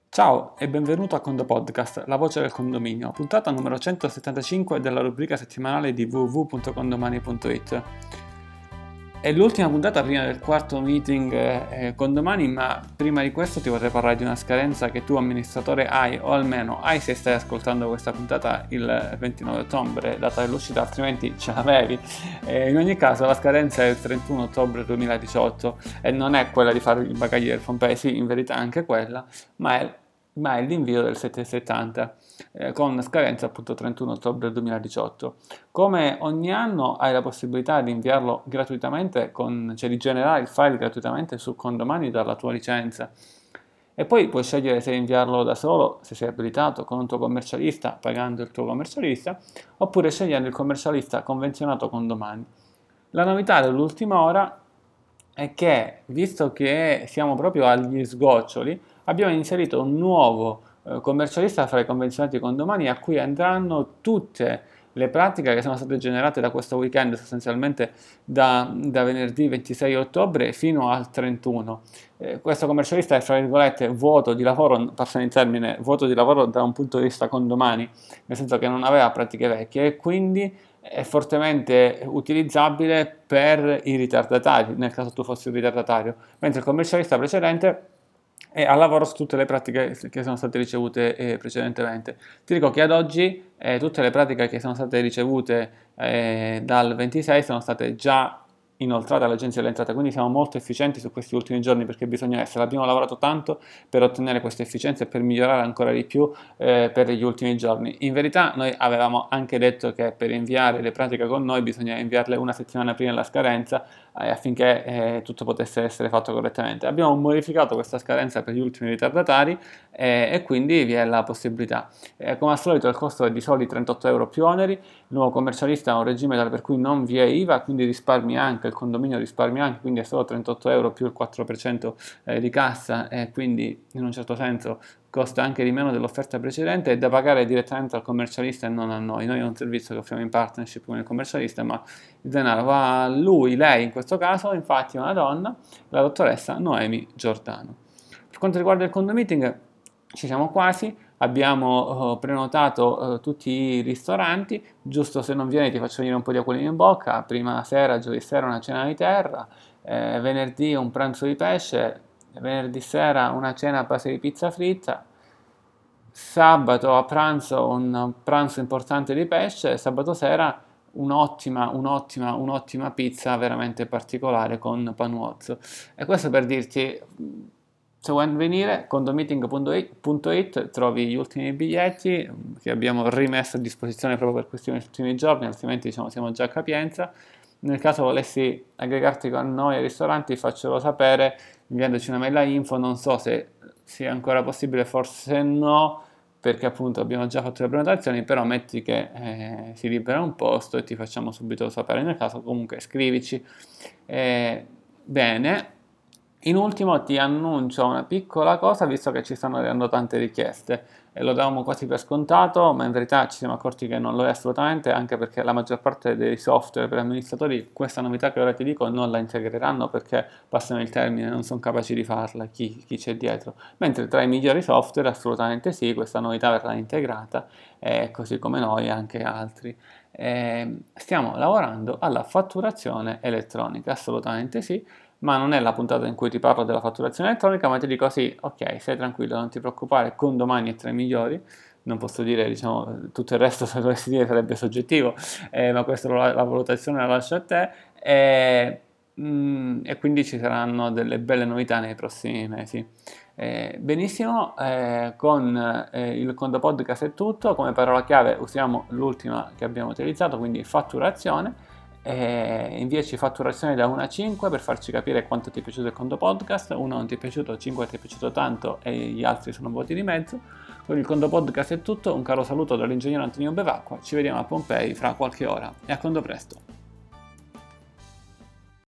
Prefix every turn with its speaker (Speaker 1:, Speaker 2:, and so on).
Speaker 1: Ciao e benvenuto a Condo Podcast, la voce del condominio, puntata numero 175 della rubrica settimanale di www.condomani.it. È l'ultima puntata prima del quarto meeting condomani, ma prima di questo ti vorrei parlare di una scadenza che tu amministratore hai, o almeno hai se stai ascoltando questa puntata il 29 ottobre, data dell'uscita, altrimenti ce l'avevi. In ogni caso la scadenza è il 31 ottobre 2018 e non è quella di fare i bagagli del Pompei, sì, in verità anche quella, ma è l'invio del 770 con scadenza appunto 31 ottobre 2018. Come ogni anno hai la possibilità di inviarlo gratuitamente, cioè di generare il file gratuitamente su Condomani dalla tua licenza. E poi puoi scegliere se inviarlo da solo, se sei abilitato, con un tuo commercialista, pagando il tuo commercialista, oppure scegliendo il commercialista convenzionato con Domani. La novità dell'ultima ora è che, visto che siamo proprio agli sgoccioli, abbiamo inserito un nuovo commercialista fra i convenzionati con Domani, a cui andranno tutte le pratiche che sono state generate da questo weekend, sostanzialmente da venerdì 26 ottobre fino al 31. Questo commercialista è, fra virgolette, vuoto di lavoro, passando in termine, vuoto di lavoro da un punto di vista con Domani, nel senso che non aveva pratiche vecchie e quindi è fortemente utilizzabile per i ritardatari, nel caso tu fossi un ritardatario, mentre il commercialista precedente è al lavoro su tutte le pratiche che sono state ricevute precedentemente. Ti dico che ad oggi tutte le pratiche che sono state ricevute dal 26 sono state già inoltrate all'Agenzia delle Entrate, quindi siamo molto efficienti su questi ultimi giorni perché bisogna essere, abbiamo lavorato tanto per ottenere questa efficienza e per migliorare ancora di più per gli ultimi giorni. In verità noi avevamo anche detto che per inviare le pratiche con noi bisogna inviarle una settimana prima della scadenza affinché tutto potesse essere fatto correttamente. Abbiamo modificato questa scadenza per gli ultimi ritardatari e quindi vi è la possibilità. Come al solito il costo è di soli 38 euro più oneri, il nuovo commercialista ha un regime tale per cui non vi è IVA, quindi risparmi anche, il condominio risparmia anche, quindi è solo 38 euro più il 4% di cassa e quindi in un certo senso costa anche di meno dell'offerta precedente, è da pagare direttamente al commercialista e non a noi. Noi è un servizio che offriamo in partnership con il commercialista, ma il denaro va a lui, lei in questo caso, infatti è una donna, la dottoressa Noemi Giordano. Per quanto riguarda il condo meeting, ci siamo quasi, abbiamo prenotato tutti i ristoranti, giusto se non vieni ti faccio venire un po' di acquolina in bocca, prima sera, giovedì sera una cena di terra, venerdì un pranzo di pesce, venerdì sera una cena a base di pizza fritta, sabato a pranzo un pranzo importante di pesce, sabato sera un'ottima pizza veramente particolare con panuozzo. E questo per dirti, se vuoi venire, condomeeting.it trovi gli ultimi biglietti che abbiamo rimesso a disposizione proprio per questi ultimi giorni, altrimenti diciamo, siamo già a capienza. Nel caso volessi aggregarti con noi ai ristoranti, faccelo sapere inviandoci una mail a info, non so se sia ancora possibile, forse no, perché appunto abbiamo già fatto le prenotazioni, però metti che si libera un posto e ti facciamo subito sapere, nel caso comunque scrivici. Bene, in ultimo ti annuncio una piccola cosa, visto che ci stanno arrivando tante richieste e lo davamo quasi per scontato, ma in verità ci siamo accorti che non lo è assolutamente, anche perché la maggior parte dei software per amministratori questa novità che ora ti dico non la integreranno perché passano il termine, non sono capaci di farla, chi c'è dietro, mentre tra i migliori software assolutamente sì, questa novità verrà integrata, così come noi anche altri. Stiamo lavorando alla fatturazione elettronica, assolutamente sì, ma non è la puntata in cui ti parlo della fatturazione elettronica, ma ti dico sì, ok, stai tranquillo, non ti preoccupare, con Domani è tra i migliori, non posso dire, diciamo, tutto il resto se dovessi dire sarebbe soggettivo, ma questa la valutazione la lascio a te, e quindi ci saranno delle belle novità nei prossimi mesi. Benissimo, con il Condo Podcast è tutto, come parola chiave usiamo l'ultima che abbiamo utilizzato, quindi fatturazione. Inviaci fatturazione da 1 a 5 per farci capire quanto ti è piaciuto il conto podcast, 1 non ti è piaciuto, 5 ti è piaciuto tanto e gli altri sono voti di mezzo. Con il conto podcast è tutto, un caro saluto dall'ingegnere Antonio Bevacqua, ci vediamo a Pompei fra qualche ora e a conto presto.